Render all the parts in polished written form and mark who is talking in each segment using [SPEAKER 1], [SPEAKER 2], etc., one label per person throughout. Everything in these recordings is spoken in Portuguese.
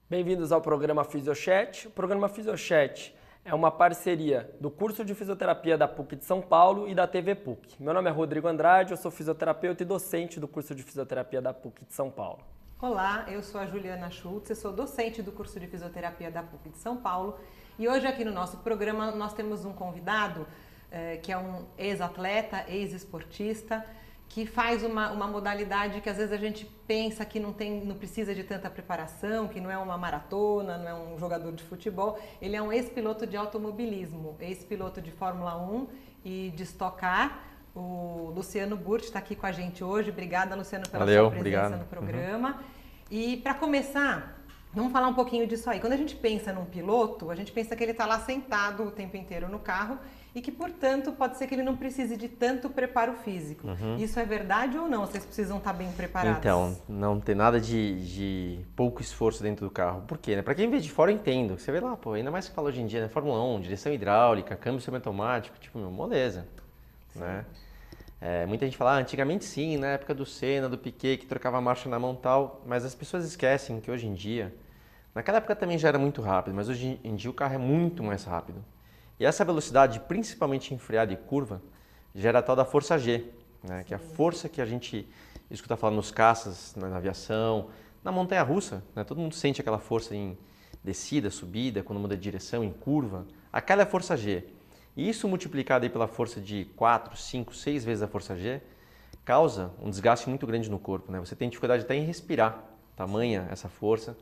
[SPEAKER 1] Bem-vindos ao programa Fisiochat. O programa Fisiochat é uma parceria do curso de fisioterapia da PUC de São Paulo e da TV PUC. Meu nome é Rodrigo Andrade, eu sou fisioterapeuta e docente do curso de fisioterapia da PUC de São Paulo.
[SPEAKER 2] Olá, eu sou a Juliana Schultz, eu sou docente do curso de fisioterapia da PUC de São Paulo e hoje aqui no nosso programa nós temos um convidado que é um ex-atleta, ex-esportista, que faz uma modalidade que às vezes a gente pensa que não precisa de tanta preparação, que não é uma maratona, não é um jogador de futebol. Ele é um ex-piloto de automobilismo, ex-piloto de Fórmula 1 e de Stock Car. O Luciano Burti está aqui com a gente hoje. Obrigada, Luciano, pela sua presença no programa. E para começar, vamos falar um pouquinho disso aí. Quando a gente pensa num piloto, a gente pensa que ele está lá sentado o tempo inteiro no carro e que, portanto, pode ser que ele não precise de tanto preparo físico. Isso é verdade ou não? Vocês precisam estar bem preparados?
[SPEAKER 3] Então, não tem nada de pouco esforço dentro do carro. Por quê? Né? Para quem vê de fora, eu entendo. Você vê lá, pô, ainda mais que fala hoje em dia, né? Fórmula 1, direção hidráulica, câmbio semiautomático, tipo, meu, moleza, né? Muita gente fala, antigamente sim, na época do Senna, do Piquet, que trocava a marcha na mão e tal, mas as pessoas esquecem que hoje em dia, naquela época também já era muito rápido, mas hoje em dia o carro é muito mais rápido. E essa velocidade, principalmente em freada e curva, gera a tal da força G, né? Que é a força que a gente escuta falar nos caças, na aviação, na montanha-russa, né? Todo mundo sente aquela força em descida, subida, quando muda de direção, em curva. Aquela é a força G. E isso multiplicado aí pela força de 4, 5, 6 vezes a força G, causa um desgaste muito grande no corpo, né? Você tem dificuldade até em respirar, tamanha essa força.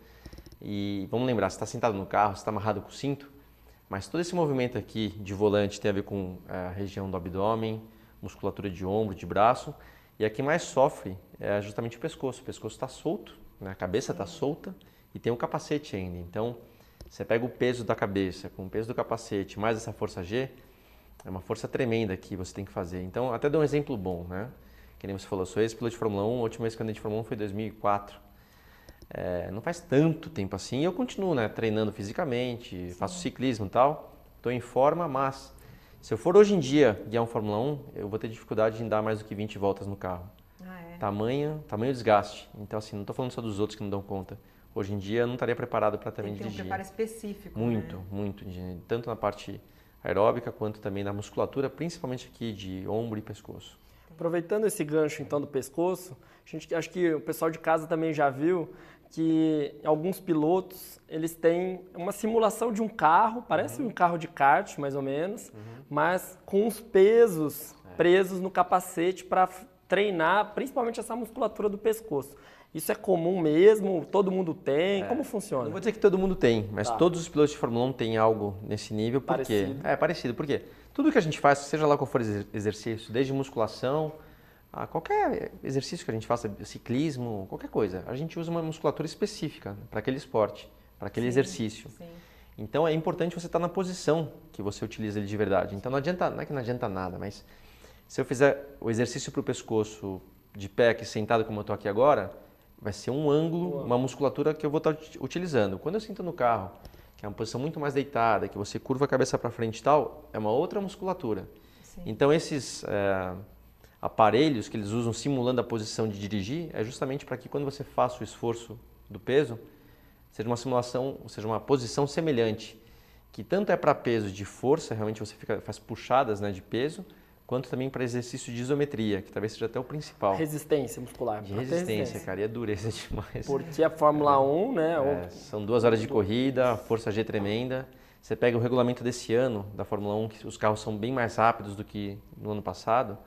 [SPEAKER 3] E vamos lembrar, você está sentado no carro, você está amarrado com o cinto, mas todo esse movimento aqui de volante tem a ver com a região do abdômen, musculatura de ombro, de braço, e a que mais sofre é justamente o pescoço. O pescoço está solto, né? A cabeça está solta e tem um capacete ainda. Então, você pega o peso da cabeça com o peso do capacete, mais essa força G, é uma força tremenda que você tem que fazer. Então, até dou um exemplo bom, né? Que nem você falou, sou ex-piloto de Fórmula 1, a última vez que eu andei de Fórmula 1 foi em 2004. Não faz tanto tempo assim, eu continuo, né, treinando fisicamente, faço ciclismo e tal, estou em forma, mas se eu for hoje em dia guiar um Fórmula 1, eu vou ter dificuldade em dar mais do que 20 voltas no carro. Tamanho desgaste. Então assim, não estou falando só dos outros que não dão conta. Hoje em dia eu não estaria preparado para também dirigir.
[SPEAKER 2] Tem um preparo específico,
[SPEAKER 3] muito,
[SPEAKER 2] né?
[SPEAKER 3] muito, tanto na parte aeróbica quanto também na musculatura, principalmente aqui de ombro e pescoço.
[SPEAKER 1] Aproveitando esse gancho então do pescoço, acho que o pessoal de casa também já viu que alguns pilotos, eles têm uma simulação de um carro, parece um carro de kart mais ou menos, mas com os pesos presos no capacete para treinar principalmente essa musculatura do pescoço. Isso é comum mesmo? Todo mundo tem? Como funciona?
[SPEAKER 3] Não vou dizer que todo mundo tem, mas todos os pilotos de Fórmula 1 têm algo nesse nível. Por quê?
[SPEAKER 1] Parecido.
[SPEAKER 3] É parecido, por quê? Tudo que a gente faz, seja lá qual for exercício, desde musculação a qualquer exercício que a gente faça, ciclismo, qualquer coisa, a gente usa uma musculatura específica para aquele esporte, para aquele exercício.
[SPEAKER 2] Sim.
[SPEAKER 3] Então é importante você estar na posição que você utiliza ele de verdade. Então não é que não adianta nada, mas se eu fizer o exercício para o pescoço de pé, aqui sentado como eu estou aqui agora, vai ser um ângulo, uma musculatura que eu vou estar utilizando. Quando eu sinto no carro, que é uma posição muito mais deitada, que você curva a cabeça para frente e tal, é uma outra musculatura.
[SPEAKER 2] Sim.
[SPEAKER 3] Então esses aparelhos que eles usam simulando a posição de dirigir, é justamente para que quando você faça o esforço do peso, seja uma simulação, ou seja, uma posição semelhante, que tanto é para peso de força, realmente você faz puxadas, né, de peso, quanto também para exercício de isometria, que talvez seja até o principal.
[SPEAKER 1] Resistência muscular.
[SPEAKER 3] De resistência, cara, e é dureza demais.
[SPEAKER 1] Porque a Fórmula 1, né?
[SPEAKER 3] São 2 horas de corrida, força G tremenda. Você pega o regulamento desse ano da Fórmula 1, que os carros são bem mais rápidos do que no ano passado.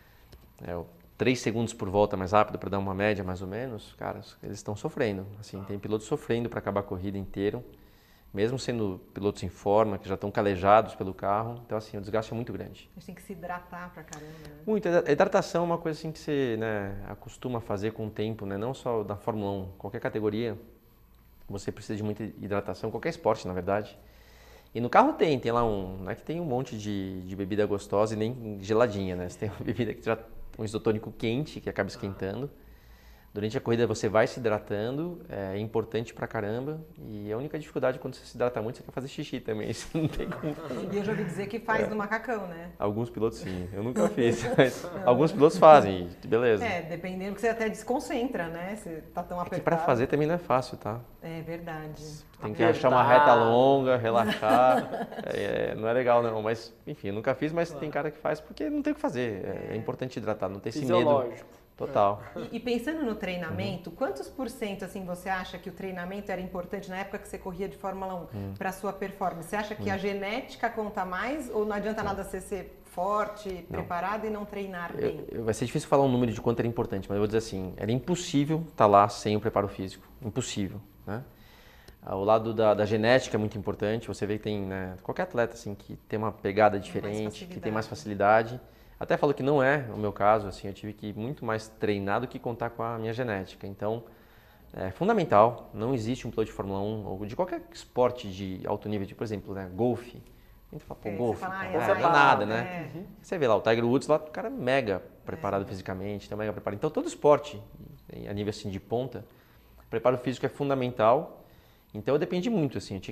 [SPEAKER 3] 3 segundos por volta mais rápido para dar uma média mais ou menos. Cara, eles estão sofrendo. Assim, tem pilotos sofrendo para acabar a corrida inteira. Mesmo sendo pilotos em forma, que já estão calejados pelo carro. Então, assim, o desgaste é muito grande.
[SPEAKER 2] A gente tem que se hidratar pra caramba, né?
[SPEAKER 3] Muito. A hidratação é uma coisa assim que você, né, acostuma fazer com o tempo, né? Não só da Fórmula 1, qualquer categoria, você precisa de muita hidratação, qualquer esporte, na verdade. E no carro tem lá não é que tem um monte de bebida gostosa e nem geladinha, né? Você tem uma bebida que já um isotônico quente, que acaba esquentando. Durante a corrida você vai se hidratando, é importante pra caramba. E a única dificuldade quando você se hidrata muito, você quer fazer xixi também, isso não tem como.
[SPEAKER 2] E eu já ouvi dizer que faz no macacão, né?
[SPEAKER 3] Alguns pilotos sim, eu nunca fiz, mas alguns pilotos fazem, beleza.
[SPEAKER 2] Dependendo que você até desconcentra, né? Você tá tão apertado.
[SPEAKER 3] Que pra fazer também não é fácil, tá?
[SPEAKER 2] É verdade.
[SPEAKER 3] Tem que achar uma reta longa, relaxar, não é legal não, mas enfim, eu nunca fiz, mas tem cara que faz porque não tem o que fazer, é importante hidratar, não ter esse medo. Total.
[SPEAKER 2] E pensando no treinamento, quantos por cento assim, você acha que o treinamento era importante na época que você corria de Fórmula 1 para a sua performance? Você acha que a genética conta mais ou não adianta nada você ser forte, preparado e não treinar bem?
[SPEAKER 3] Vai ser difícil falar um número de quanto era importante, mas eu vou dizer assim, era impossível estar lá sem o preparo físico, impossível, né? O lado da genética é muito importante, você vê que tem, né, qualquer atleta assim, que tem uma pegada diferente, que tem mais facilidade. Até falo que não é o meu caso, assim, eu tive que ir muito mais treinar do que contar com a minha genética. Então, é fundamental, não existe um piloto de Fórmula 1 ou de qualquer esporte de alto nível, tipo, por exemplo, né, golfe. A gente fala, pô, golfe, não é nada, né? Você vê lá, o Tiger Woods lá, o cara é mega preparado fisicamente, tá mega preparado. Então, todo esporte, a nível assim de ponta, preparo físico é fundamental. Então, eu dependi muito, assim, eu tive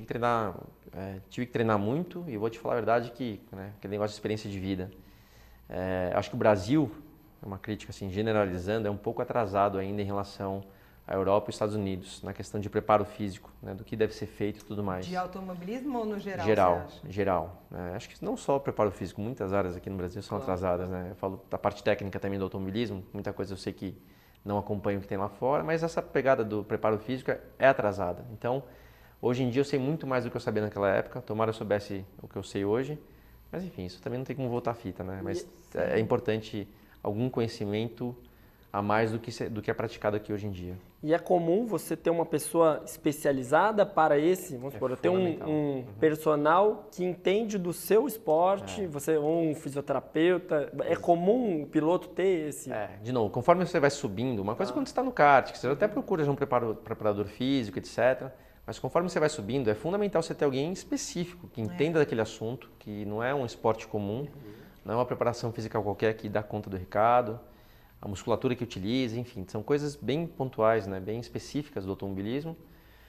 [SPEAKER 3] que treinar muito e eu vou te falar a verdade que, né, aquele negócio de experiência de vida. Acho que o Brasil, é uma crítica assim, generalizando, é um pouco atrasado ainda em relação à Europa e Estados Unidos, na questão de preparo físico, né, do que deve ser feito e tudo mais.
[SPEAKER 2] De automobilismo ou no geral?
[SPEAKER 3] Geral. Acho que não só o preparo físico, muitas áreas aqui no Brasil são atrasadas. Né? Eu falo da parte técnica também do automobilismo, muita coisa eu sei que não acompanho o que tem lá fora, mas essa pegada do preparo físico é atrasada. Então, hoje em dia eu sei muito mais do que eu sabia naquela época, tomara eu soubesse o que eu sei hoje. Mas enfim, isso também não tem como voltar a fita, né? Mas é importante algum conhecimento a mais do que é praticado aqui hoje em dia.
[SPEAKER 1] E é comum você ter uma pessoa especializada para esse, vamos supor, eu tenho um personal que entende do seu esporte, você um fisioterapeuta, é comum o piloto ter esse?
[SPEAKER 3] De novo, conforme você vai subindo, uma coisa é quando você está no kart, que você até procura já um preparador físico, etc., mas conforme você vai subindo, é fundamental você ter alguém específico, que entenda daquele assunto, que não é um esporte comum, não é uma preparação física qualquer que dá conta do recado, a musculatura que utiliza, enfim, são coisas bem pontuais, né, bem específicas do automobilismo.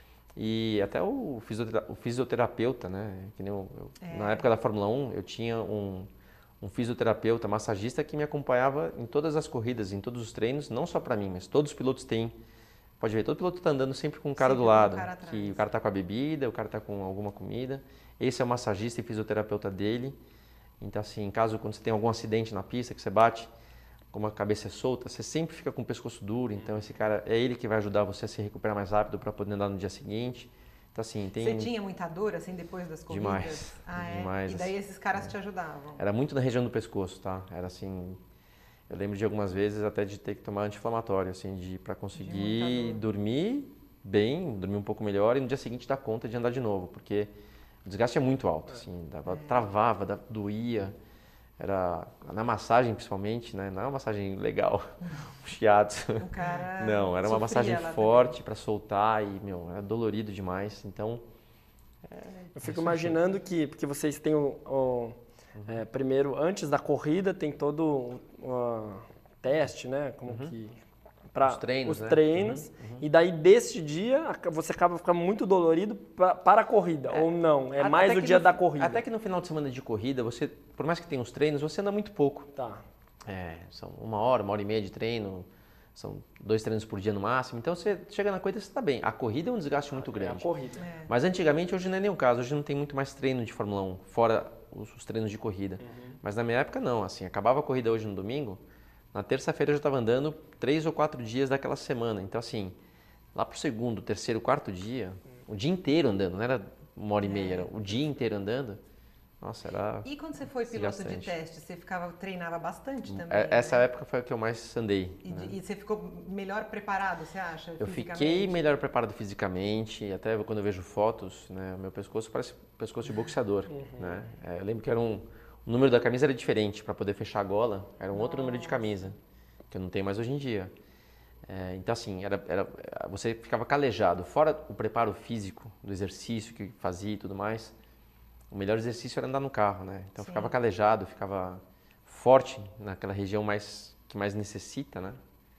[SPEAKER 3] E até o fisioterapeuta, né, que nem na época da Fórmula 1, eu tinha um fisioterapeuta, massagista, que me acompanhava em todas as corridas, em todos os treinos, não só para mim, mas todos os pilotos têm. Pode ver, todo piloto está andando sempre com um cara do lado, que o cara está com a bebida, o cara está com alguma comida. Esse é o massagista e fisioterapeuta dele. Então, assim, caso quando você tem algum acidente na pista, que você bate, como a cabeça é solta, você sempre fica com o pescoço duro. Então, esse cara é ele que vai ajudar você a se recuperar mais rápido para poder andar no dia seguinte. Então, assim,
[SPEAKER 2] Você tinha muita dor, assim, depois das corridas?
[SPEAKER 3] Demais. Demais.
[SPEAKER 2] E daí esses caras te ajudavam?
[SPEAKER 3] Era muito na região do pescoço, tá? Era assim... Eu lembro de algumas vezes até de ter que tomar anti-inflamatório, assim, para conseguir dormir bem, dormir um pouco melhor e no dia seguinte dar conta de andar de novo, porque o desgaste é muito alto, assim, travava, doía, era na massagem principalmente, né? Não é uma massagem legal, o shiatsu.
[SPEAKER 2] O cara
[SPEAKER 3] não, era uma massagem forte para soltar e, era dolorido demais, então...
[SPEAKER 1] Eu fico imaginando que, porque vocês têm primeiro, antes da corrida, tem todo o teste, né? Como que...
[SPEAKER 3] Os treinos,
[SPEAKER 1] E daí, desse dia, você acaba ficando muito dolorido para a corrida, ou não? É mais o dia da corrida?
[SPEAKER 3] Até que no final de semana de corrida, você, por mais que tenha os treinos, você anda muito pouco.
[SPEAKER 1] Tá.
[SPEAKER 3] São uma hora e meia de treino, são 2 treinos por dia no máximo. Então, você chega na corrida, você está bem. A corrida é um desgaste muito grande.
[SPEAKER 1] A corrida.
[SPEAKER 3] Mas antigamente, hoje não é nem o caso. Hoje não tem muito mais treino de Fórmula 1, fora os treinos de corrida. Mas na minha época, não. Assim, acabava a corrida hoje no domingo, na terça-feira eu já estava andando 3 ou 4 dias daquela semana. Então, assim, lá pro segundo, terceiro, quarto dia, o dia inteiro andando, não era uma hora e meia, era o dia inteiro andando. Nossa, era...
[SPEAKER 2] E quando você foi piloto de teste, você treinava bastante também?
[SPEAKER 3] Essa época foi a que eu mais andei.
[SPEAKER 2] E você ficou melhor preparado, você acha?
[SPEAKER 3] Eu fiquei melhor preparado fisicamente, até quando eu vejo fotos, né, meu pescoço parece pescoço de boxeador. Né? Eu lembro que era o número da camisa era diferente, para poder fechar a gola, era um outro número de camisa, que eu não tenho mais hoje em dia. Então, assim, você ficava calejado. Fora o preparo físico do exercício que fazia e tudo mais, o melhor exercício era andar no carro, né? Então,
[SPEAKER 2] Sim.
[SPEAKER 3] ficava calejado, ficava forte naquela região que mais necessita, né?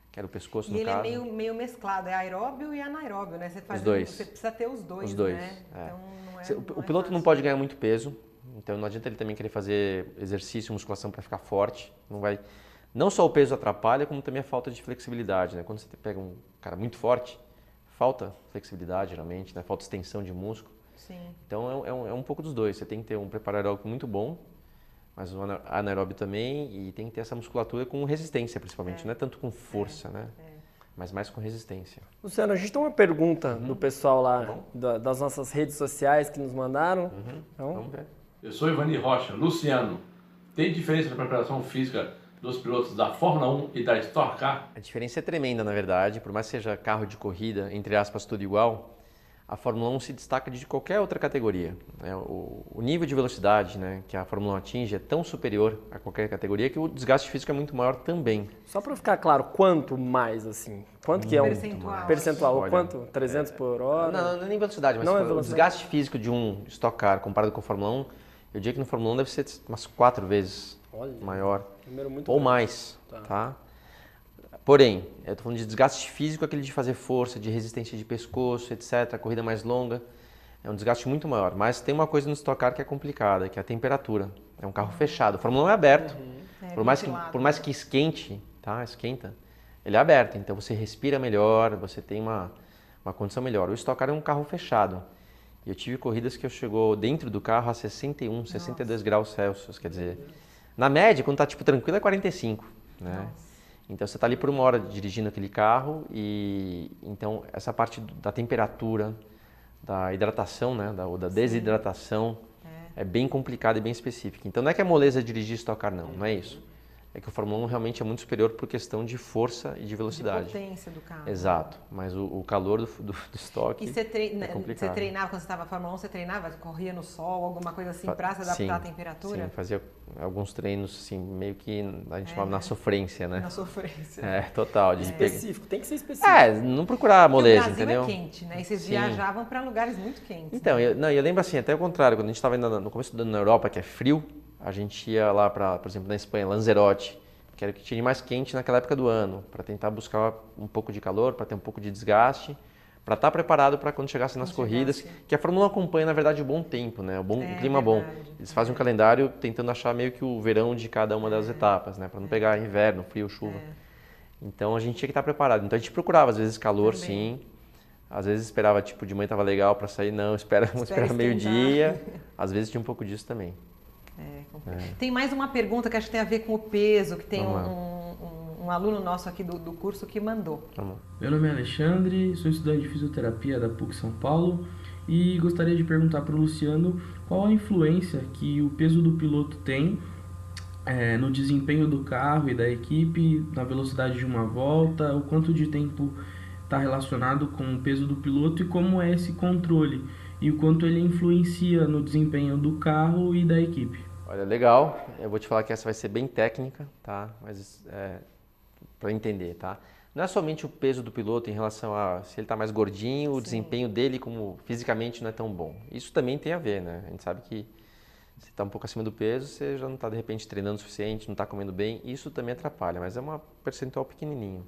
[SPEAKER 3] que era o pescoço
[SPEAKER 2] E
[SPEAKER 3] no
[SPEAKER 2] ele
[SPEAKER 3] caso.
[SPEAKER 2] é meio mesclado, é aeróbio e anaeróbio, né? Você faz
[SPEAKER 3] Os dois.
[SPEAKER 2] Você precisa ter os dois, né? Então,
[SPEAKER 3] O piloto não pode ganhar muito peso, então não adianta ele também querer fazer exercício, musculação para ficar forte. Não só o peso atrapalha, como também a falta de flexibilidade, né? Quando você pega um cara muito forte, falta flexibilidade geralmente, né? Falta extensão de músculo.
[SPEAKER 2] Sim.
[SPEAKER 3] Então é um pouco dos dois. Você tem que ter um preparo aeróbico muito bom, mas o anaeróbio também, e tem que ter essa musculatura com resistência principalmente, não é tanto com força, né? Mas mais com resistência.
[SPEAKER 1] Luciano, a gente tem uma pergunta do pessoal lá, das nossas redes sociais que nos mandaram. Então,
[SPEAKER 3] Vamos ver.
[SPEAKER 4] Eu sou Ivani Rocha. Luciano, tem diferença na preparação física dos pilotos da Fórmula 1 e da Stock Car?
[SPEAKER 3] A diferença é tremenda, na verdade. Por mais que seja carro de corrida, entre aspas, tudo igual, a Fórmula 1 se destaca de qualquer outra categoria. O nível de velocidade, né, que a Fórmula 1 atinge é tão superior a qualquer categoria que o desgaste físico é muito maior também.
[SPEAKER 1] só para ficar claro, quanto mais assim? Quanto que é um percentual?
[SPEAKER 3] Olha,
[SPEAKER 1] Quanto? 300 por hora?
[SPEAKER 3] Não é nem velocidade, mas
[SPEAKER 1] Não é
[SPEAKER 3] o
[SPEAKER 1] velocidade.
[SPEAKER 3] desgaste físico de um Stock Car comparado com a Fórmula 1, eu diria que no Fórmula 1 deve ser umas 4 vezes
[SPEAKER 1] Olha,
[SPEAKER 3] maior.
[SPEAKER 1] número muito
[SPEAKER 3] Ou
[SPEAKER 1] grande.
[SPEAKER 3] mais, tá? Porém, eu estou falando de desgaste físico, aquele de fazer força, de resistência de pescoço, etc., a corrida mais longa, é um desgaste muito maior. Mas tem uma coisa no Stock Car que é complicada, que é a temperatura. É um carro fechado. O Fórmula 1 é aberto. Por mais que esquente, tá? Esquenta, ele é aberto. Então você respira melhor, você tem uma condição melhor. O Stock Car é um carro fechado. E eu tive corridas que eu chegou dentro do carro a 61, 62 graus Celsius. Quer dizer, na média, quando tá tipo tranquilo, é 45, né? Então você está ali por uma hora dirigindo aquele carro e então essa parte da temperatura, da hidratação, né, da desidratação é bem complicada e bem específica. Então não é que é moleza dirigir Stock Car, não é isso. É que o Fórmula 1 realmente é muito superior por questão de força e de velocidade.
[SPEAKER 2] De potência do carro.
[SPEAKER 3] Exato, mas o calor do estoque
[SPEAKER 2] E você,
[SPEAKER 3] é complicado.
[SPEAKER 2] você treinava, quando você estava na Fórmula 1, você treinava, corria no sol, alguma coisa assim, para se adaptar à temperatura?
[SPEAKER 3] Sim, fazia alguns treinos assim, meio que a gente chamava na sofrência, né?
[SPEAKER 2] Na sofrência.
[SPEAKER 3] É, total.
[SPEAKER 1] Específico, tem que ser específico.
[SPEAKER 3] Não procurar moleza,
[SPEAKER 2] Porque o Brasil
[SPEAKER 3] entendeu?
[SPEAKER 2] é quente, né? E vocês viajavam para lugares muito quentes.
[SPEAKER 3] Então, eu lembro assim, até o contrário, quando a gente estava no começo do ano na Europa, que é frio, a gente ia lá para, por exemplo, na Espanha, Lanzarote, que era o que tinha mais quente naquela época do ano, para tentar buscar um pouco de calor, para ter um pouco de desgaste, para estar preparado para quando chegasse nas corridas, que a Fórmula 1 acompanha, na verdade, o bom tempo, né? O clima bom. Eles fazem um calendário tentando achar meio que o verão de cada uma das etapas, né? Para não pegar inverno, frio, chuva. Então a gente tinha que estar preparado. Então a gente procurava, às vezes, calor, sim. Às vezes esperava, tipo, de manhã estava legal para sair, não, vamos esperar meio-dia. Às vezes tinha um pouco disso também.
[SPEAKER 2] Tem mais uma pergunta que acho que tem a ver com o peso, que tem um aluno nosso aqui do curso que mandou.
[SPEAKER 5] Meu nome é Alexandre, sou estudante de fisioterapia da PUC São Paulo e gostaria de perguntar para o Luciano qual a influência que o peso do piloto tem no desempenho do carro e da equipe, na velocidade de uma volta, o quanto de tempo está relacionado com o peso do piloto e como é esse controle e o quanto ele influencia no desempenho do carro e da equipe.
[SPEAKER 3] Olha, legal. Eu vou te falar que essa vai ser bem técnica, tá? Mas para entender, tá? Não é somente o peso do piloto em relação a se ele está mais gordinho, o desempenho dele como fisicamente não é tão bom. Isso também tem a ver, né? A gente sabe que se está um pouco acima do peso, você já não está de repente treinando o suficiente, não está comendo bem. Isso também atrapalha, mas é uma percentual pequenininho.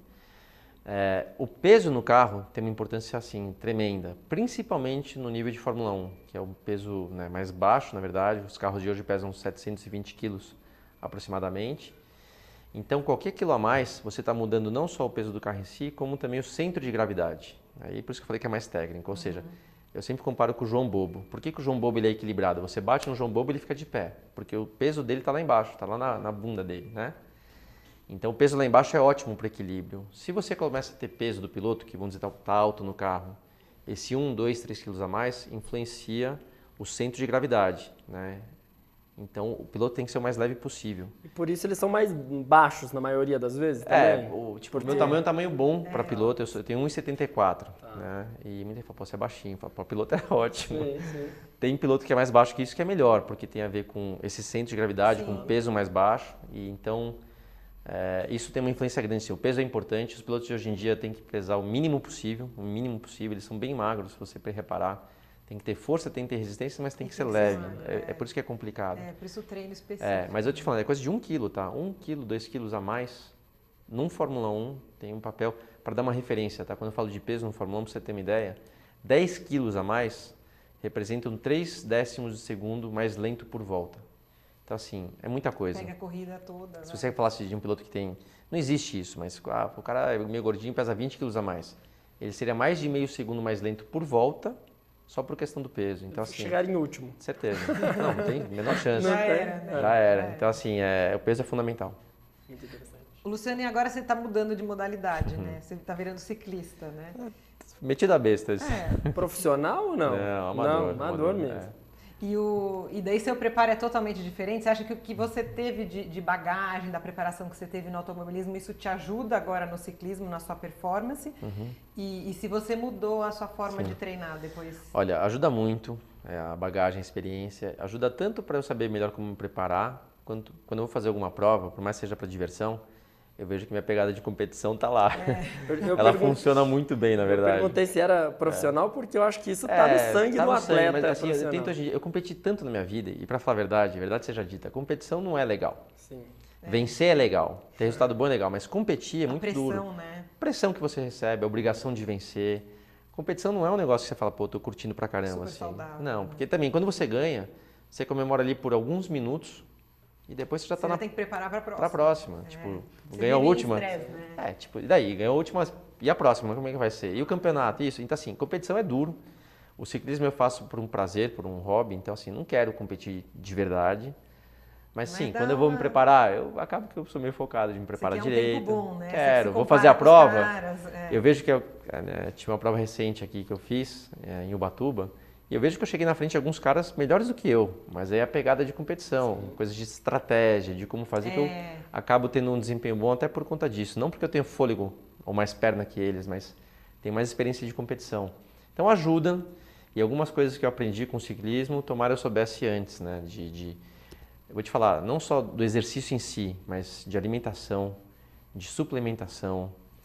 [SPEAKER 3] O peso no carro tem uma importância assim tremenda, principalmente no nível de Fórmula 1, que é um peso, né, mais baixo, na verdade. Os carros de hoje pesam 720 quilos aproximadamente. Então, qualquer quilo a mais, você está mudando não só o peso do carro em si, como também o centro de gravidade. Aí por isso que eu falei que é mais técnico, ou seja, eu sempre comparo com o João Bobo. Por que o João Bobo ele é equilibrado? Você bate no João Bobo e ele fica de pé, porque o peso dele está lá embaixo, está lá na bunda dele, né? Então o peso lá embaixo é ótimo para equilíbrio. Se você começa a ter peso do piloto, que vamos dizer está alto no carro, esse 1, 2, 3 quilos a mais influencia o centro de gravidade, né? Então o piloto tem que ser o mais leve possível.
[SPEAKER 1] E por isso eles são mais baixos na maioria das vezes também?
[SPEAKER 3] O meu tamanho é um tamanho bom para piloto, eu tenho 1,74, né? E muita gente fala, pô, você é baixinho, para piloto é ótimo.
[SPEAKER 1] Sim.
[SPEAKER 3] Tem piloto que é mais baixo que isso que é melhor, porque tem a ver com esse centro de gravidade, com peso mais baixo, e então isso tem uma influência grande. Sim. O peso é importante, os pilotos de hoje em dia têm que pesar o mínimo possível, eles são bem magros, se você reparar. Tem que ter força, tem que ter resistência, mas tem que ser leve. É por isso que é complicado.
[SPEAKER 2] Por isso o treino específico.
[SPEAKER 3] Mas eu te falando, é coisa de 1 quilo, tá? 1 quilo, 2 quilos a mais num Fórmula 1 tem um papel, para dar uma referência, tá? Quando eu falo de peso no Fórmula 1, para você ter uma ideia, 10 quilos a mais representam 3 décimos de segundo mais lento por volta. Então, assim, é muita coisa.
[SPEAKER 2] Pega a corrida toda.
[SPEAKER 3] Se você falasse de um piloto que tem... Não existe isso, mas o cara é meio gordinho, pesa 20 quilos a mais. Ele seria mais de meio segundo mais lento por volta, só por questão do peso. Então, assim,
[SPEAKER 1] chegar em último.
[SPEAKER 3] Certeza. Não tem a menor chance.
[SPEAKER 2] Já era, né?
[SPEAKER 3] Já era. Então, assim, o peso é fundamental.
[SPEAKER 1] Muito interessante.
[SPEAKER 2] Luciano, e agora você está mudando de modalidade, né? Você está virando ciclista, né?
[SPEAKER 3] Metido a bestas.
[SPEAKER 1] Profissional ou não?
[SPEAKER 3] Não, amador.
[SPEAKER 1] Não, amador mesmo.
[SPEAKER 2] E daí seu preparo é totalmente diferente? Você acha que o que você teve de bagagem, da preparação que você teve no automobilismo, isso te ajuda agora no ciclismo, na sua performance? E se você mudou a sua forma de treinar depois?
[SPEAKER 3] Olha, ajuda muito a bagagem, a experiência. Ajuda tanto para eu saber melhor como me preparar, quanto quando eu vou fazer alguma prova, por mais que seja para diversão, eu vejo que minha pegada de competição tá lá. Ela funciona muito bem, na verdade.
[SPEAKER 1] Eu perguntei se era profissional porque eu acho que isso tá no sangue do atleta.
[SPEAKER 3] Mas, assim, eu competi tanto na minha vida, e para falar a verdade seja dita, competição não é legal.
[SPEAKER 1] Sim.
[SPEAKER 3] Vencer é legal, ter resultado bom é legal, mas competir é muito duro.
[SPEAKER 2] A pressão, né?
[SPEAKER 3] A pressão que você recebe, a obrigação de vencer. Competição não é um negócio que você fala, pô, tô curtindo pra caramba.
[SPEAKER 2] Super
[SPEAKER 3] assim.
[SPEAKER 2] saudável.
[SPEAKER 3] Não, porque também quando você ganha, você comemora ali por alguns minutos e depois você já tá
[SPEAKER 2] Você tem que preparar para a próxima.
[SPEAKER 3] pra próxima. Tipo,
[SPEAKER 2] Você
[SPEAKER 3] ganhou a
[SPEAKER 2] vive em
[SPEAKER 3] última.
[SPEAKER 2] estresse, né?
[SPEAKER 3] Tipo, e daí? Ganhou a última, e a próxima, como é que vai ser? E o campeonato, isso. Então, assim, competição é duro. O ciclismo eu faço por um prazer, por um hobby, então, assim, não quero competir de verdade. Mas sim, quando eu vou me preparar, eu acabo que eu sou meio focado de me preparar direito.
[SPEAKER 2] Um tempo bom, né?
[SPEAKER 3] Quero,
[SPEAKER 2] Você
[SPEAKER 3] vou fazer a prova.
[SPEAKER 2] Caras,
[SPEAKER 3] Eu vejo que tinha uma prova recente aqui que eu fiz em Ubatuba, e eu vejo que eu cheguei na frente de alguns caras melhores do que eu, mas aí a pegada de competição, coisas de estratégia, de como fazer, que eu acabo tendo um desempenho bom até por conta disso. Não porque eu tenho fôlego ou mais perna que eles, mas tenho mais experiência de competição. Então ajuda, e algumas coisas que eu aprendi com o ciclismo, tomara eu soubesse antes, né? Eu vou te falar, não só do exercício em si, mas de alimentação, de suplementação,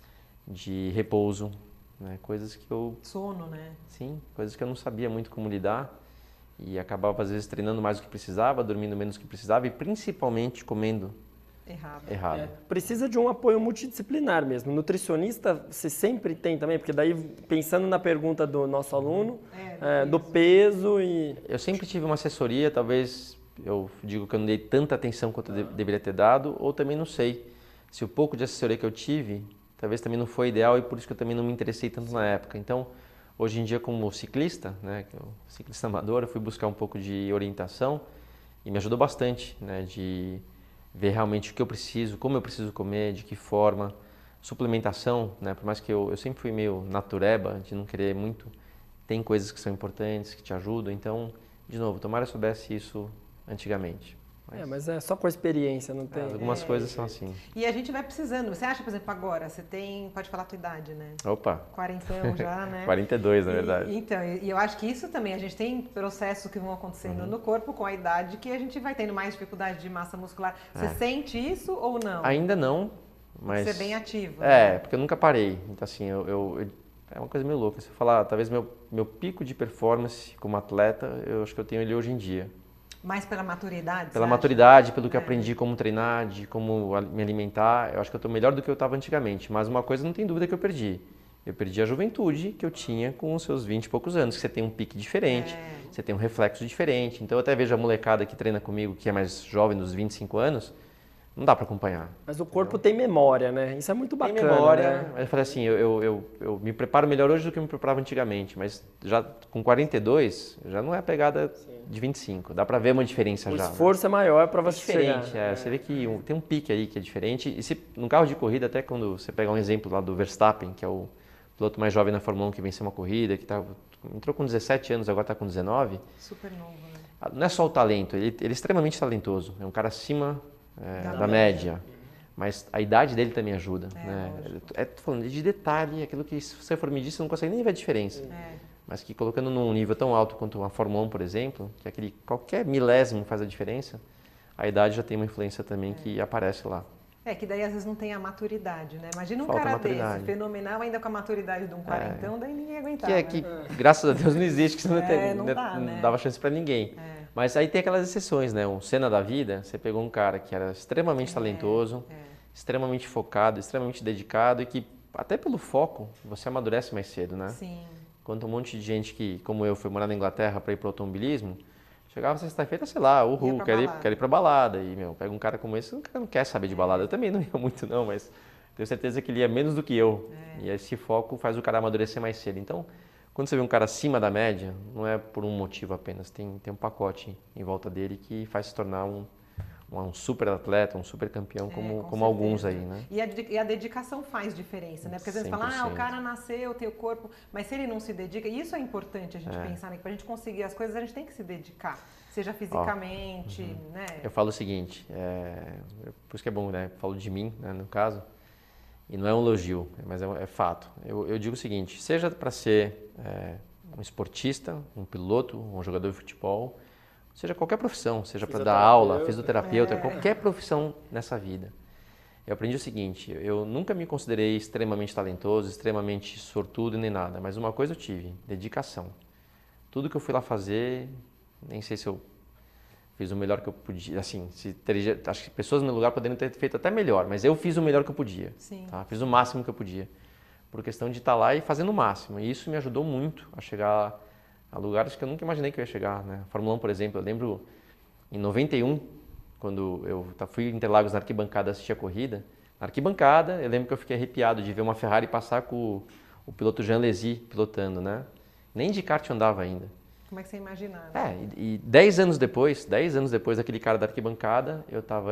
[SPEAKER 3] de repouso, né? Coisas que eu...
[SPEAKER 2] Sono, né?
[SPEAKER 3] Sim, coisas que eu não sabia muito como lidar e acabava às vezes treinando mais do que precisava, dormindo menos do que precisava e principalmente comendo errado.
[SPEAKER 1] Precisa de um apoio multidisciplinar mesmo. Nutricionista você sempre tem também, porque daí pensando na pergunta do nosso aluno, do peso e...
[SPEAKER 3] Eu sempre tive uma assessoria, talvez eu digo que eu não dei tanta atenção quanto eu deveria ter dado, ou também não sei se o pouco de assessoria que eu tive, talvez também não foi ideal e por isso que eu também não me interessei tanto na época. Então, hoje em dia como ciclista, né, que eu ciclista amador, eu fui buscar um pouco de orientação e me ajudou bastante, né, de ver realmente o que eu preciso, como eu preciso comer, de que forma, suplementação, né, por mais que eu sempre fui meio natureba, de não querer muito, tem coisas que são importantes, que te ajudam, então, de novo, tomara eu soubesse isso antigamente.
[SPEAKER 1] Mas é só com a experiência, não tem...
[SPEAKER 3] Algumas coisas são assim.
[SPEAKER 2] E a gente vai precisando. Você acha, por exemplo, agora, você tem... Pode falar a tua idade, né?
[SPEAKER 3] Opa!
[SPEAKER 2] 40 já, né?
[SPEAKER 3] 42, na verdade.
[SPEAKER 2] Então, e eu acho que isso também, a gente tem processos que vão acontecendo no corpo com a idade que a gente vai tendo mais dificuldade de massa muscular. Você sente isso ou não?
[SPEAKER 3] Ainda não, mas...
[SPEAKER 2] Você é bem ativo.
[SPEAKER 3] Né? Porque eu nunca parei. Então, assim, é uma coisa meio louca. Se eu falar, talvez meu pico de performance como atleta, eu acho que eu tenho ele hoje em dia.
[SPEAKER 2] Mais pela maturidade?
[SPEAKER 3] Pela maturidade, pelo que aprendi como treinar, de como me alimentar. Eu acho que eu estou melhor do que eu estava antigamente. Mas uma coisa não tem dúvida que eu perdi. Eu perdi a juventude que eu tinha com os seus 20 e poucos anos. Que você tem um pique diferente, você tem um reflexo diferente. Então eu até vejo a molecada que treina comigo, que é mais jovem, dos 25 anos, não dá para acompanhar.
[SPEAKER 1] Mas o corpo tem memória, né? Isso é muito bacana.
[SPEAKER 3] Tem memória.
[SPEAKER 1] Né?
[SPEAKER 3] Mas eu falei assim, eu me preparo melhor hoje do que eu me preparava antigamente. Mas já com 42, já não é a pegada de 25. Dá para ver uma diferença já.
[SPEAKER 1] O esforço é maior para você
[SPEAKER 3] diferente,
[SPEAKER 1] chegar.
[SPEAKER 3] Você vê que tem um pique aí que é diferente. E se num carro de corrida, até quando você pegar um exemplo lá do Verstappen, que é o piloto mais jovem na Fórmula 1 que venceu uma corrida, que entrou com 17 anos, agora está com 19.
[SPEAKER 2] Super novo, né?
[SPEAKER 3] Não é só o talento, ele é extremamente talentoso. É um cara acima da média. Mas a idade dele também ajuda. Tô falando de detalhe, aquilo que se você for medir, você não consegue nem ver a diferença. Mas que colocando num nível tão alto quanto uma Fórmula 1, por exemplo, que qualquer milésimo faz a diferença, a idade já tem uma influência também que aparece lá.
[SPEAKER 2] Que daí às vezes não tem a maturidade, né? Imagina um
[SPEAKER 3] Falta
[SPEAKER 2] cara
[SPEAKER 3] maturidade.
[SPEAKER 2] desse, fenomenal, ainda com a maturidade de um quarentão, daí ninguém aguentava.
[SPEAKER 3] Graças a Deus não existe, que você
[SPEAKER 2] não
[SPEAKER 3] dava chance pra ninguém. Mas aí tem aquelas exceções, né? Um Senna da vida, você pegou um cara que era extremamente talentoso, extremamente focado, extremamente dedicado e que, até pelo foco, você amadurece mais cedo, né?
[SPEAKER 2] Sim.
[SPEAKER 3] Enquanto um monte de gente que, como eu, foi morar na Inglaterra para ir para o automobilismo, chegava sexta-feira, sei lá, uhul, quero ir pra balada. E, pega um cara como esse, o cara não quer saber de balada. Eu também não ia muito não, mas tenho certeza que ele ia menos do que eu. E esse foco faz o cara amadurecer mais cedo. Então, quando você vê um cara acima da média, não é por um motivo apenas, tem um pacote em volta dele que faz se tornar um super atleta, um super campeão, como alguns aí, né?
[SPEAKER 2] E a dedicação faz diferença, né? Porque às vezes fala, o cara nasceu, tem o corpo, mas se ele não se dedica, e isso é importante a gente pensar, né? Que pra gente conseguir as coisas, a gente tem que se dedicar, seja fisicamente, né?
[SPEAKER 3] Eu falo o seguinte, por isso que é bom, né? Eu falo de mim, né, no caso, e não é um elogio, mas é fato. Eu digo o seguinte, seja para ser um esportista, um piloto, um jogador de futebol, seja qualquer profissão, seja para dar aula, fisioterapeuta, qualquer profissão nessa vida. Eu aprendi o seguinte, eu nunca me considerei extremamente talentoso, extremamente sortudo nem nada, mas uma coisa eu tive, dedicação. Tudo que eu fui lá fazer, nem sei se eu fiz o melhor que eu podia, assim, acho que pessoas no meu lugar poderiam ter feito até melhor, mas eu fiz o melhor que eu podia, tá? Fiz o máximo que eu podia, por questão de estar lá e fazendo o máximo, e isso me ajudou muito a chegar a lugares que eu nunca imaginei que eu ia chegar, né? Fórmula 1, por exemplo, eu lembro em 91, quando eu fui em Interlagos na arquibancada assistir a corrida, na arquibancada eu lembro que eu fiquei arrepiado de ver uma Ferrari passar com o piloto Jean Alesi pilotando, né? Nem de kart eu andava ainda.
[SPEAKER 2] Como é que você imagina? Né?
[SPEAKER 3] E 10 anos depois daquele cara da arquibancada, eu estava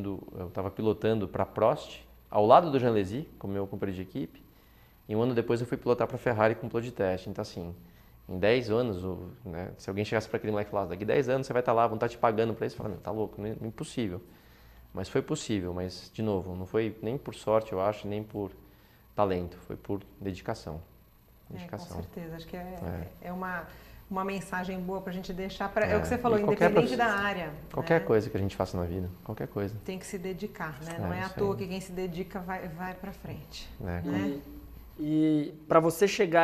[SPEAKER 3] pilotando para Prost, ao lado do Jean Alesi, como meu companheiro de equipe, e um ano depois eu fui pilotar para Ferrari com piloto de teste. Então assim, em 10 anos, né, se alguém chegasse para aquele moleque e falasse, daqui 10 anos você vai estar lá, vão estar te pagando para isso, eu falava, tá louco, impossível. Mas foi possível, mas de novo, não foi nem por sorte, eu acho, nem por talento, foi por dedicação.
[SPEAKER 2] Com certeza, acho que é uma mensagem boa para a gente deixar, é o que você falou,
[SPEAKER 3] e
[SPEAKER 2] independente da área.
[SPEAKER 3] Qualquer coisa que a gente faça na vida, qualquer coisa.
[SPEAKER 2] Tem que se dedicar, né? Não é à toa que quem se dedica vai para frente.
[SPEAKER 1] Né? E para você chegar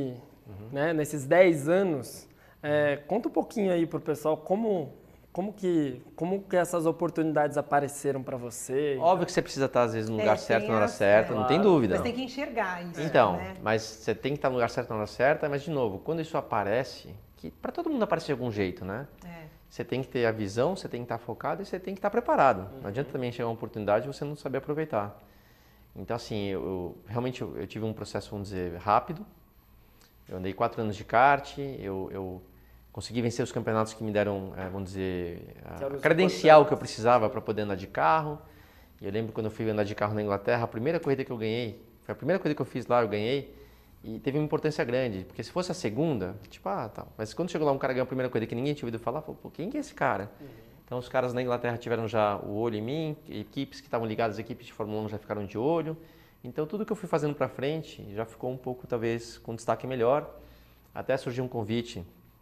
[SPEAKER 1] nesses 10 anos, conta um pouquinho aí pro pessoal como que essas oportunidades apareceram para você.
[SPEAKER 3] Óbvio que você precisa estar às vezes no lugar certo na hora certa, não tem dúvida.
[SPEAKER 2] Mas tem que enxergar isso.
[SPEAKER 3] Então,
[SPEAKER 2] né?
[SPEAKER 3] mas você tem que estar no lugar certo na hora certa, mas de novo, quando isso aparece, que para todo mundo aparece de algum jeito, né? Você tem que ter a visão, você tem que estar focado e você tem que estar preparado. Não adianta também chegar uma oportunidade e você não saber aproveitar. Então assim, eu realmente tive um processo, vamos dizer, rápido. Eu andei 4 anos de kart, eu consegui vencer os campeonatos que me deram, vamos dizer, a credencial que eu precisava para poder andar de carro. E eu lembro quando eu fui andar de carro na Inglaterra, a primeira corrida que eu ganhei, foi a primeira corrida que eu fiz lá, eu ganhei, e teve uma importância grande, porque se fosse a segunda, tipo, tal. Mas quando chegou lá um cara ganhou a primeira corrida que ninguém tinha ouvido falar, falou, pô, quem que é esse cara? Então os caras na Inglaterra tiveram já o olho em mim, equipes que estavam ligadas, equipes de Fórmula 1 já ficaram de olho. Então tudo que eu fui fazendo para frente já ficou um pouco, talvez, com destaque melhor. Até surgiu um convite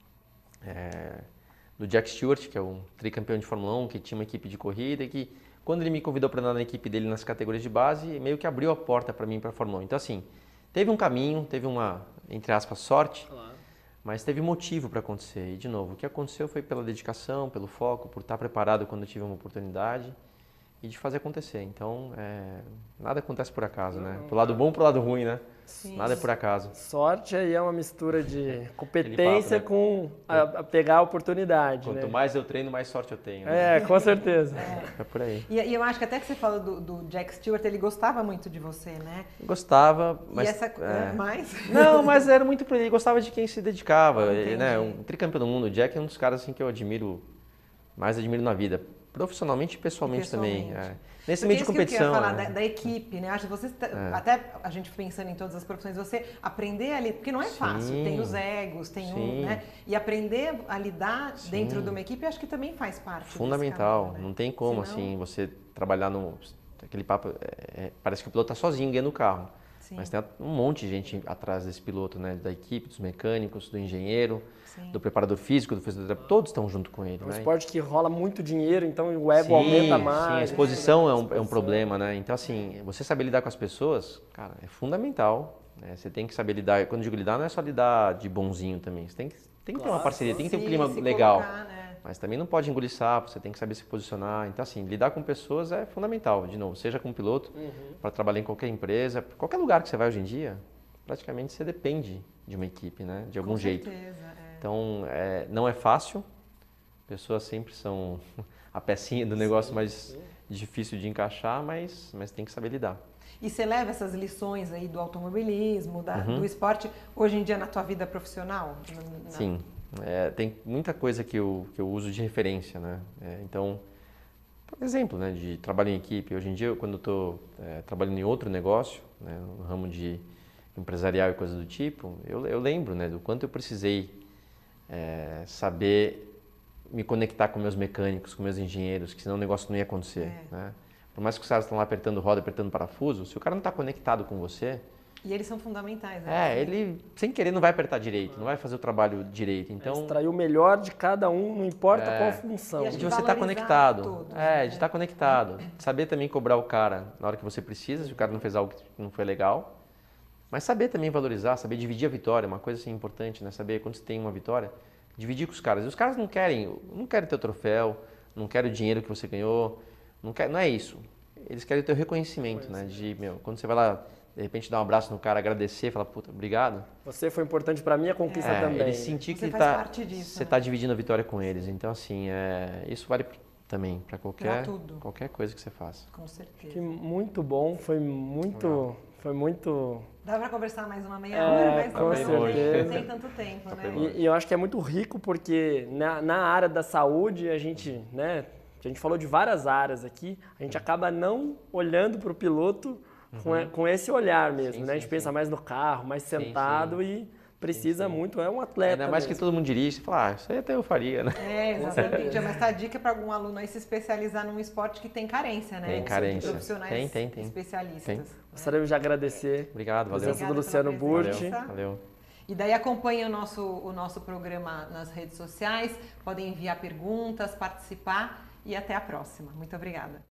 [SPEAKER 3] do Jack Stewart, que é um tricampeão de Fórmula 1, que tinha uma equipe de corrida e que, quando ele me convidou para andar na equipe dele nas categorias de base, meio que abriu a porta para mim para a Fórmula 1. Então assim, teve um caminho, teve uma, entre aspas, sorte, mas teve motivo para acontecer. E de novo, o que aconteceu foi pela dedicação, pelo foco, por estar preparado quando eu tive uma oportunidade e de fazer acontecer. Então, nada acontece por acaso, né? Pro lado bom, pro lado ruim, né?
[SPEAKER 2] Sim.
[SPEAKER 3] Nada é por acaso.
[SPEAKER 1] Sorte aí é uma mistura de competência com a pegar a oportunidade.
[SPEAKER 3] Quanto mais eu treino, mais sorte eu tenho.
[SPEAKER 1] Né? Com certeza.
[SPEAKER 3] É por aí.
[SPEAKER 2] E eu acho que até que você falou do Jack Stewart, ele gostava muito de você, né?
[SPEAKER 3] Gostava, mas...
[SPEAKER 2] E essa... mais?
[SPEAKER 3] Não, mas era muito por ele. Gostava de quem se dedicava. Ele, né? Um tricampeão do mundo. O Jack é um dos caras assim, que eu mais admiro na vida. Profissionalmente e pessoalmente também. Nesse meio de competição.
[SPEAKER 2] Eu ia falar da equipe, né? Acho que você, até a gente pensando em todas as profissões, você aprender ali, porque não é fácil, tem os egos, né? E aprender a lidar dentro de uma equipe, acho que também faz parte.
[SPEAKER 3] Fundamental,
[SPEAKER 2] caminho, né?
[SPEAKER 3] Não tem como assim, você trabalhar aquele papo, parece que o piloto está sozinho guiando o carro. Sim. Mas tem um monte de gente atrás desse piloto, né? Da equipe, dos mecânicos, do engenheiro, do preparador físico, do fisioterapeuta, todos estão junto com ele.
[SPEAKER 1] É um esporte que rola muito dinheiro, então o ego aumenta mais.
[SPEAKER 3] Sim, a exposição é um problema, né? Então, assim, você saber lidar com as pessoas, cara, é fundamental. Né? Você tem que saber lidar, quando eu digo lidar, não é só lidar de bonzinho também. Você tem que ter uma parceria, tem que ter um clima legal. Mas também não pode engolir sapo, você tem que saber se posicionar. Então, assim, lidar com pessoas é fundamental, de novo, seja como piloto, para trabalhar em qualquer empresa, qualquer lugar que você vai hoje em dia, praticamente você depende de uma equipe, né? De algum jeito.
[SPEAKER 2] Certeza,
[SPEAKER 3] Então, não é fácil, pessoas sempre são a pecinha do negócio mais difícil de encaixar, mas tem que saber lidar.
[SPEAKER 2] E você leva essas lições aí do automobilismo, do esporte, hoje em dia na tua vida profissional?
[SPEAKER 3] Sim, tem muita coisa que eu uso de referência, né? Então, por exemplo, né, de trabalho em equipe. Hoje em dia, quando eu estou trabalhando em outro negócio, né, no ramo de empresarial e coisas do tipo, eu lembro, né, do quanto eu precisei saber me conectar com meus mecânicos, com meus engenheiros, que senão o negócio não ia acontecer, né? Por mais que os caras estão lá apertando roda, apertando parafuso, se o cara não está conectado com você...
[SPEAKER 2] E eles são fundamentais, né?
[SPEAKER 3] Ele, sem querer, não vai apertar direito, não vai fazer o trabalho direito. Então,
[SPEAKER 1] extrair o melhor de cada um, não importa qual função.
[SPEAKER 2] E acho
[SPEAKER 3] de
[SPEAKER 2] que
[SPEAKER 3] você estar conectado.
[SPEAKER 2] todos,
[SPEAKER 3] de estar conectado. Saber também cobrar o cara na hora que você precisa, se o cara não fez algo que não foi legal. Mas saber também valorizar, saber dividir a vitória, uma coisa assim importante, né? Saber quando você tem uma vitória, dividir com os caras. E os caras não querem teu troféu, não querem o dinheiro que você ganhou, não é isso. Eles querem o teu reconhecimento, né? Quando você vai lá, de repente dar um abraço no cara, agradecer, falar, puta, obrigado.
[SPEAKER 1] Você foi importante para mim, a conquista também.
[SPEAKER 3] Eles sentir que você está dividindo a vitória com eles. Então, assim, isso vale também para qualquer coisa que você faça.
[SPEAKER 2] Com certeza.
[SPEAKER 1] Que muito bom, foi muito...
[SPEAKER 2] Dá para conversar mais uma meia hora, mas
[SPEAKER 1] com certeza.
[SPEAKER 2] Não tem tanto tempo, né?
[SPEAKER 1] E eu acho que é muito rico porque na área da saúde a gente, né? A gente falou de várias áreas aqui, a gente acaba não olhando para o piloto com esse olhar mesmo, né? A gente pensa mais no carro, mais sentado e precisa muito, é um atleta.
[SPEAKER 3] Ainda mais que todo mundo dirige, você fala, isso aí até eu faria, né?
[SPEAKER 2] Exatamente. Mas tá a dica para algum aluno aí se especializar num esporte que tem carência, né?
[SPEAKER 3] Tem carência.
[SPEAKER 2] De profissionais
[SPEAKER 3] tem.
[SPEAKER 2] especialistas.
[SPEAKER 3] Tem.
[SPEAKER 1] Gostaria de agradecer.
[SPEAKER 3] Obrigado, valeu.
[SPEAKER 1] A presença do Luciano Burti.
[SPEAKER 3] Valeu.
[SPEAKER 2] E daí acompanhem o nosso programa nas redes sociais, podem enviar perguntas, participar e até a próxima. Muito obrigada.